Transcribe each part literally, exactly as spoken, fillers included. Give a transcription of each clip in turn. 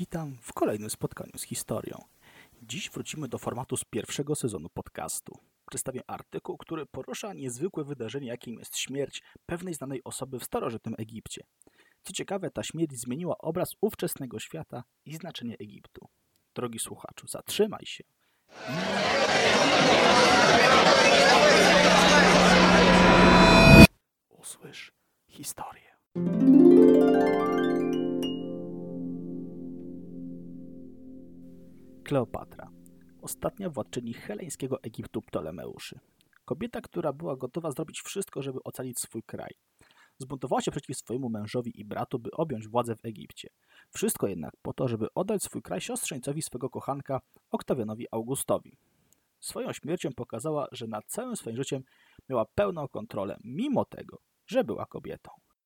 Witam w kolejnym spotkaniu z historią. Dziś wrócimy do formatu z pierwszego sezonu podcastu. Przedstawię artykuł, który porusza niezwykłe wydarzenie, jakim jest śmierć pewnej znanej osoby w starożytnym Egipcie. Co ciekawe, ta śmierć zmieniła obraz ówczesnego świata i znaczenie Egiptu. Drogi słuchaczu, zatrzymaj się. Usłysz historię. Kleopatra, ostatnia władczyni heleńskiego Egiptu Ptolemeuszy. Kobieta, która była gotowa zrobić wszystko, żeby ocalić swój kraj. Zbuntowała się przeciw swojemu mężowi i bratu, by objąć władzę w Egipcie. Wszystko jednak po to, żeby oddać swój kraj siostrzeńcowi swego kochanka Oktawianowi Augustowi. Swoją śmiercią pokazała, że nad całym swoim życiem miała pełną kontrolę, mimo tego, że była kobietą.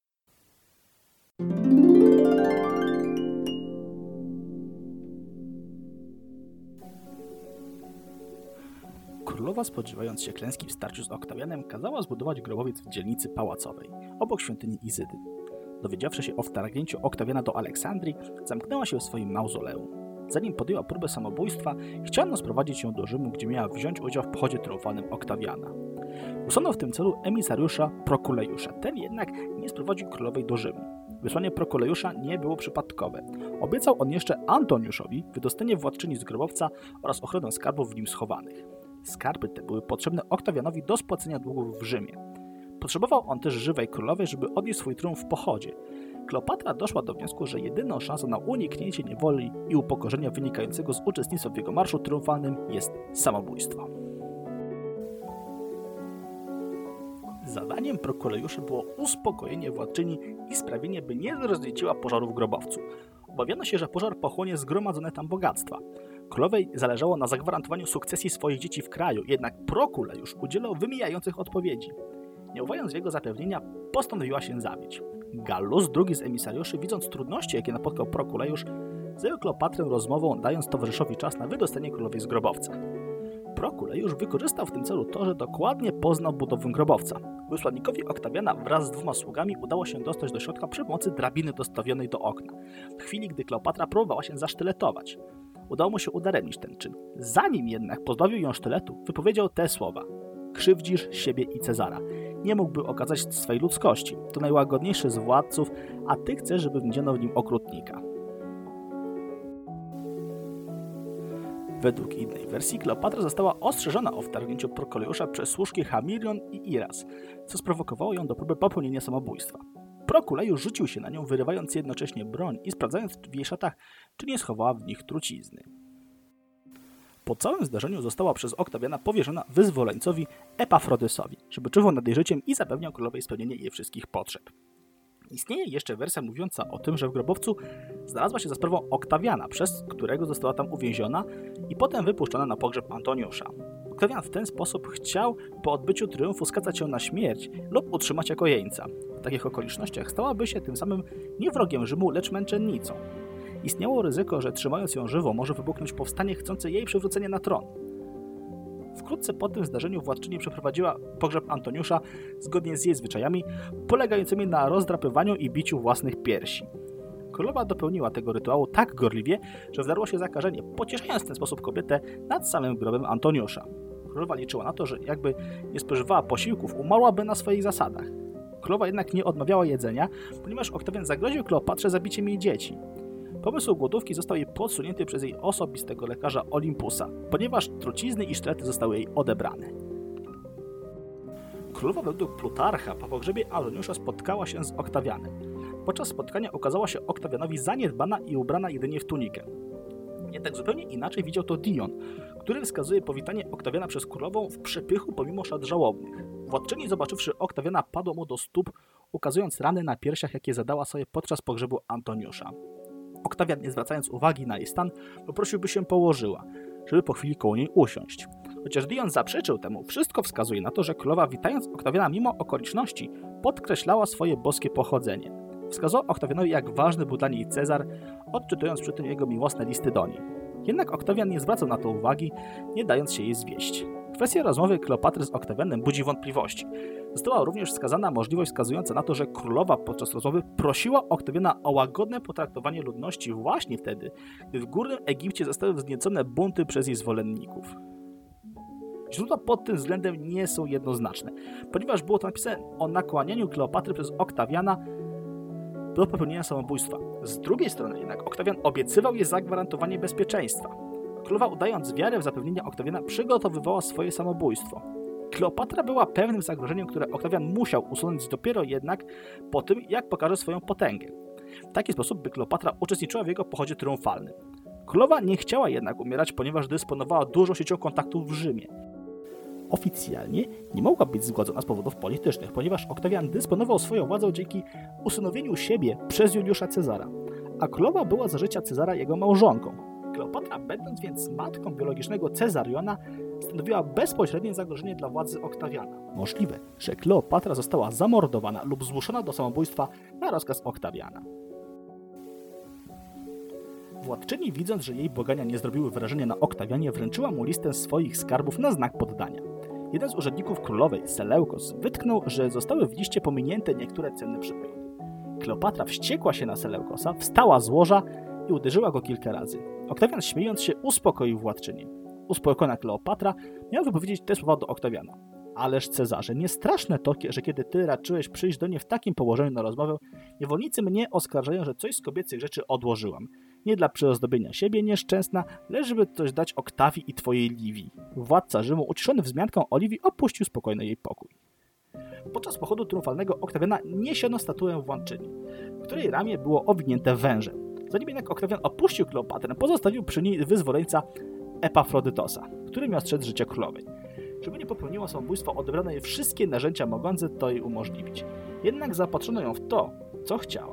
Królowa, spodziewając się klęski w starciu z Oktawianem, kazała zbudować grobowiec w dzielnicy pałacowej, obok świątyni Izydy. Dowiedziawszy się o wtargnięciu Oktawiana do Aleksandrii, zamknęła się w swoim mauzoleum. Zanim podjęła próbę samobójstwa, chciano sprowadzić ją do Rzymu, gdzie miała wziąć udział w pochodzie triumfalnym Oktawiana. Wysłano w tym celu emisariusza Prokulejusza. Ten jednak nie sprowadził królowej do Rzymu. Wysłanie Prokulejusza nie było przypadkowe. Obiecał on jeszcze Antoniuszowi wydostanie władczyni z grobowca oraz ochronę skarbów w nim schowanych. Skarby te były potrzebne Oktawianowi do spłacenia długów w Rzymie. Potrzebował on też żywej królowej, żeby odnieść swój triumf w pochodzie. Kleopatra doszła do wniosku, że jedyną szansą na uniknięcie niewoli i upokorzenia wynikającego z uczestnictwa w jego marszu triumfalnym jest samobójstwo. Zadaniem Prokulejusza było uspokojenie władczyni i sprawienie, by nie roznieciła pożaru w grobowcu. Obawiano się, że pożar pochłonie zgromadzone tam bogactwa. Królowej zależało na zagwarantowaniu sukcesji swoich dzieci w kraju, jednak Prokulejusz udzielał wymijających odpowiedzi. Nie ufając w jego zapewnienia, postanowiła się zabić. Gallus, drugi z emisariuszy, widząc trudności, jakie napotkał Prokulejusz, zajął Kleopatrę rozmową, dając towarzyszowi czas na wydostanie królowej z grobowca. Prokulejusz wykorzystał w tym celu to, że dokładnie poznał budowę grobowca. Wysłannikowi Oktawiana wraz z dwoma sługami udało się dostać do środka przy pomocy drabiny dostawionej do okna, w chwili gdy Kleopatra próbowała się zasztyletować. Udało mu się udaremnić ten czyn. Zanim jednak pozbawił ją sztyletu, wypowiedział te słowa: krzywdzisz siebie i Cezara. Nie mógłby okazać swej ludzkości. To najłagodniejszy z władców, a ty chcesz, żeby widziano w nim okrutnika. Według innej wersji Kleopatra została ostrzeżona o wtargnięciu Prokulejusza przez służki Hamirion i Iras, co sprowokowało ją do próby popełnienia samobójstwa. Prokulejusz rzucił się na nią, wyrywając jednocześnie broń i sprawdzając w jej szatach, czy nie schowała w nich trucizny. Po całym zdarzeniu została przez Oktawiana powierzona wyzwoleńcowi Epafrodysowi, żeby czuwał nad jej życiem i zapewniał królowej spełnienie jej wszystkich potrzeb. Istnieje jeszcze wersja mówiąca o tym, że w grobowcu znalazła się za sprawą Oktawiana, przez którego została tam uwięziona i potem wypuszczona na pogrzeb Antoniusza. Oktawian w ten sposób chciał po odbyciu triumfu skazać ją na śmierć lub utrzymać jako jeńca. W takich okolicznościach stałaby się tym samym nie wrogiem Rzymu, lecz męczennicą. Istniało ryzyko, że trzymając ją żywą może wybuchnąć powstanie chcące jej przywrócenia na tron. Wkrótce po tym zdarzeniu władczyni przeprowadziła pogrzeb Antoniusza zgodnie z jej zwyczajami, polegającymi na rozdrapywaniu i biciu własnych piersi. Królowa dopełniła tego rytuału tak gorliwie, że wdarło się zakażenie, pocieszając w ten sposób kobietę nad samym grobem Antoniusza. Królowa liczyła na to, że jakby nie spożywała posiłków, umarłaby na swoich zasadach. Królowa jednak nie odmawiała jedzenia, ponieważ Oktawian zagroził Kleopatrze zabiciem jej dzieci. Pomysł głodówki został jej podsunięty przez jej osobistego lekarza Olympusa, ponieważ trucizny i sztylety zostały jej odebrane. Królowa według Plutarcha po pogrzebie Antoniusza spotkała się z Oktawianem. Podczas spotkania okazała się Oktawianowi zaniedbana i ubrana jedynie w tunikę. Jednak zupełnie inaczej widział to Dion, który wskazuje powitanie Oktawiana przez królową w przepychu pomimo szat żałobnych. Władczyni, zobaczywszy Oktawiana, padła mu do stóp, ukazując rany na piersiach, jakie zadała sobie podczas pogrzebu Antoniusza. Oktawian, nie zwracając uwagi na jej stan, poprosił, by się położyła, żeby po chwili koło niej usiąść. Chociaż Dion zaprzeczył temu, wszystko wskazuje na to, że królowa, witając Oktawiana mimo okoliczności, podkreślała swoje boskie pochodzenie. Wskazał Oktawianowi, jak ważny był dla niej Cezar, odczytując przy tym jego miłosne listy do niej. Jednak Oktawian nie zwracał na to uwagi, nie dając się jej zwieść. Kwestia rozmowy Kleopatry z Oktawianem budzi wątpliwości. Została również wskazana możliwość wskazująca na to, że królowa podczas rozmowy prosiła Oktawiana o łagodne potraktowanie ludności właśnie wtedy, gdy w Górnym Egipcie zostały wzniecone bunty przez jej zwolenników. Źródła pod tym względem nie są jednoznaczne, ponieważ było to napisane o nakłanianiu Kleopatry przez Oktawiana do popełnienia samobójstwa. Z drugiej strony jednak Oktawian obiecywał jej zagwarantowanie bezpieczeństwa. Królowa, udając wiarę w zapewnienie Oktawiana, przygotowywała swoje samobójstwo. Kleopatra była pewnym zagrożeniem, które Oktawian musiał usunąć dopiero jednak po tym, jak pokaże swoją potęgę. W taki sposób, by Kleopatra uczestniczyła w jego pochodzie triumfalnym. Królowa nie chciała jednak umierać, ponieważ dysponowała dużą siecią kontaktów w Rzymie. Oficjalnie nie mogła być zgładzona z powodów politycznych, ponieważ Oktawian dysponował swoją władzą dzięki usunięciu siebie przez Juliusza Cezara, a królowa była za życia Cezara jego małżonką. Kleopatra, będąc więc matką biologicznego Cezariona, stanowiła bezpośrednie zagrożenie dla władzy Oktawiana. Możliwe, że Kleopatra została zamordowana lub zmuszona do samobójstwa na rozkaz Oktawiana. Władczyni, widząc, że jej błagania nie zrobiły wrażenia na Oktawianie, wręczyła mu listę swoich skarbów na znak poddania. Jeden z urzędników królowej, Seleukos, wytknął, że zostały w liście pominięte niektóre cenne przedmioty. Kleopatra wściekła się na Seleukosa, wstała z łoża i uderzyła go kilka razy. Oktawian, śmiejąc się, uspokoił władczynię. Uspokojona Kleopatra miała wypowiedzieć te słowa do Oktawiana. Ależ Cezarze, nie straszne to, że kiedy ty raczyłeś przyjść do niej w takim położeniu na rozmowę, niewolnicy mnie oskarżają, że coś z kobiecych rzeczy odłożyłam. Nie dla przyozdobienia siebie nieszczęsna, lecz żeby coś dać Oktawii i twojej Liwii. Władca Rzymu, uciszony wzmianką o Liwii, opuścił spokojny jej pokój. Podczas pochodu triumfalnego Oktawiana niesiono statuę władczyni, w której ramię było owinięte wężem. Zanim jednak Oktawian opuścił Kleopatrę, pozostawił przy niej wyzwoleńca Epafrodytosa, który miał strzec życia królowej. Żeby nie popełniła samobójstwa, odebrano jej wszystkie narzędzia mogące to jej umożliwić. Jednak zaopatrzono ją w to, co chciała.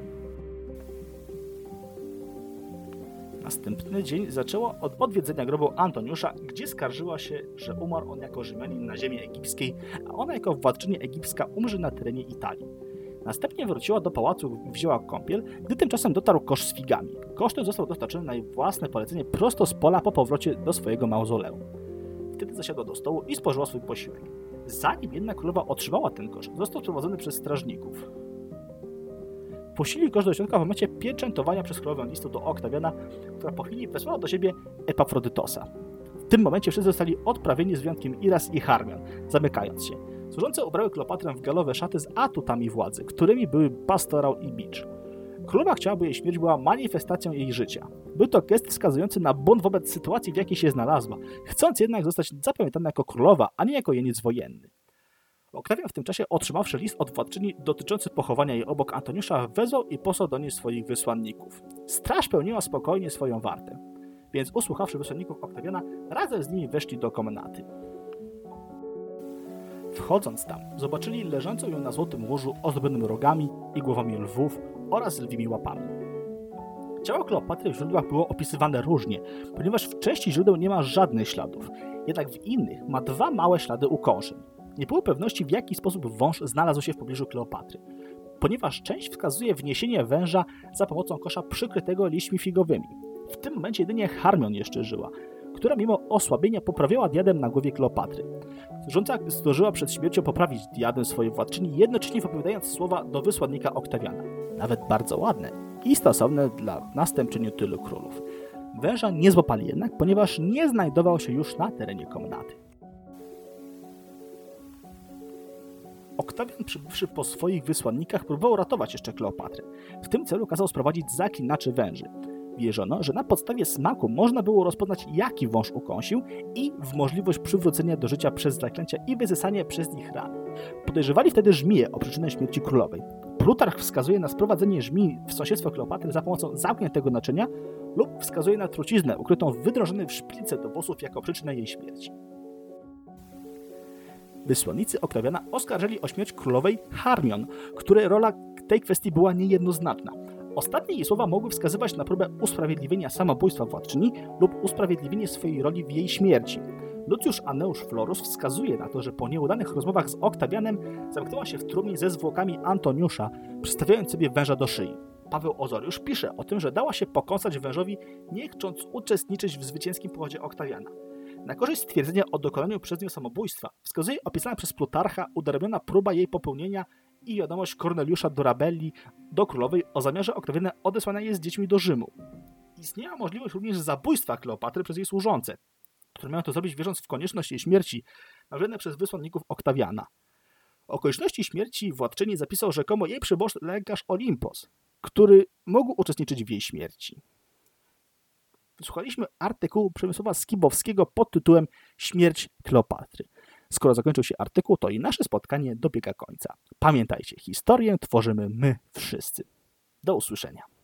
Następny dzień zaczęła od odwiedzenia grobu Antoniusza, gdzie skarżyła się, że umarł on jako Rzymianin na ziemi egipskiej, a ona jako władczyni egipska umrze na terenie Italii. Następnie wróciła do pałacu i wzięła kąpiel, gdy tymczasem dotarł kosz z figami. Kosz ten został dostarczony na jej własne polecenie prosto z pola po powrocie do swojego mauzoleum. Wtedy zasiadła do stołu i spożyła swój posiłek. Zanim jednak królowa otrzymała ten kosz, został prowadzony przez strażników. Posili kosz do środka w momencie pieczętowania przez królowę listu do Oktawiana, która po chwili wysłała do siebie Epafrodytosa. W tym momencie wszyscy zostali odprawieni z wyjątkiem Iras i Charmion, zamykając się. Służące ubrały Kleopatrę w galowe szaty z atutami władzy, którymi były pastorał i bicz. Królowa chciała, by jej śmierć była manifestacją jej życia. Był to gest wskazujący na bunt wobec sytuacji, w jakiej się znalazła, chcąc jednak zostać zapamiętana jako królowa, a nie jako jeniec wojenny. Oktawian w tym czasie, otrzymawszy list od władczyni dotyczący pochowania jej obok Antoniusza, wezwał i posłał do niej swoich wysłanników. Straż pełniła spokojnie swoją wartę, więc usłuchawszy wysłanników Oktawiana, razem z nimi weszli do komnaty. Wchodząc tam, zobaczyli leżącą ją na złotym łożu ozdobionym rogami i głowami lwów oraz lwimi łapami. Ciało Kleopatry w źródłach było opisywane różnie, ponieważ w części źródeł nie ma żadnych śladów, jednak w innych ma dwa małe ślady ukąszeń. Nie było pewności, w jaki sposób wąż znalazł się w pobliżu Kleopatry, ponieważ część wskazuje wniesienie węża za pomocą kosza przykrytego liśćmi figowymi. W tym momencie jedynie Charmion jeszcze żyła, która mimo osłabienia poprawiała diadem na głowie Kleopatry. Służąca zdążyła przed śmiercią poprawić diadem swojej władczyni, jednocześnie wypowiadając słowa do wysłannika Oktawiana. Nawet bardzo ładne i stosowne dla następczyni tylu królów. Węża nie złapali jednak, ponieważ nie znajdował się już na terenie komnaty. Oktawian, przybywszy po swoich wysłannikach, próbował ratować jeszcze Kleopatrę. W tym celu kazał sprowadzić zaklinaczy węży. Wierzono, że na podstawie smaku można było rozpoznać, jaki wąż ukąsił i w możliwość przywrócenia do życia przez zaklęcia i wysysanie przez nich rany. Podejrzewali wtedy żmiję o przyczynę śmierci królowej. Plutarch wskazuje na sprowadzenie żmii w sąsiedztwo Kleopatry za pomocą zamkniętego naczynia lub wskazuje na truciznę ukrytą w wydrążonej w szpilce do włosów jako przyczynę jej śmierci. Wysłannicy Oktawiana oskarżyli o śmierć królowej Charmion, której rola tej kwestii była niejednoznaczna. Ostatnie jej słowa mogły wskazywać na próbę usprawiedliwienia samobójstwa władczyni lub usprawiedliwienie swojej roli w jej śmierci. Lucjusz Anneusz Florus wskazuje na to, że po nieudanych rozmowach z Oktawianem zamknęła się w trumnie ze zwłokami Antoniusza, przystawiając sobie węża do szyi. Paweł Ozoriusz pisze o tym, że dała się pokąsać wężowi, nie chcąc uczestniczyć w zwycięskim pochodzie Oktawiana. Na korzyść stwierdzenia o dokonaniu przez nią samobójstwa wskazuje opisana przez Plutarcha udaremniona próba jej popełnienia i wiadomość Corneliusza Dorabelli do królowej o zamiarze okrewienia odesłania jej z dziećmi do Rzymu. Istniała możliwość również zabójstwa Kleopatry przez jej służące, które miały to zrobić wierząc w konieczność jej śmierci, nawołane przez wysłanników Oktawiana. O okoliczności śmierci władczyni zapisał rzekomo jej przyboczny lekarz Olimpos, który mógł uczestniczyć w jej śmierci. Wysłuchaliśmy artykułu Przemysława Skibowskiego pod tytułem Śmierć Kleopatry. Skoro zakończył się artykuł, to i nasze spotkanie dobiega końca. Pamiętajcie, historię tworzymy my wszyscy. Do usłyszenia.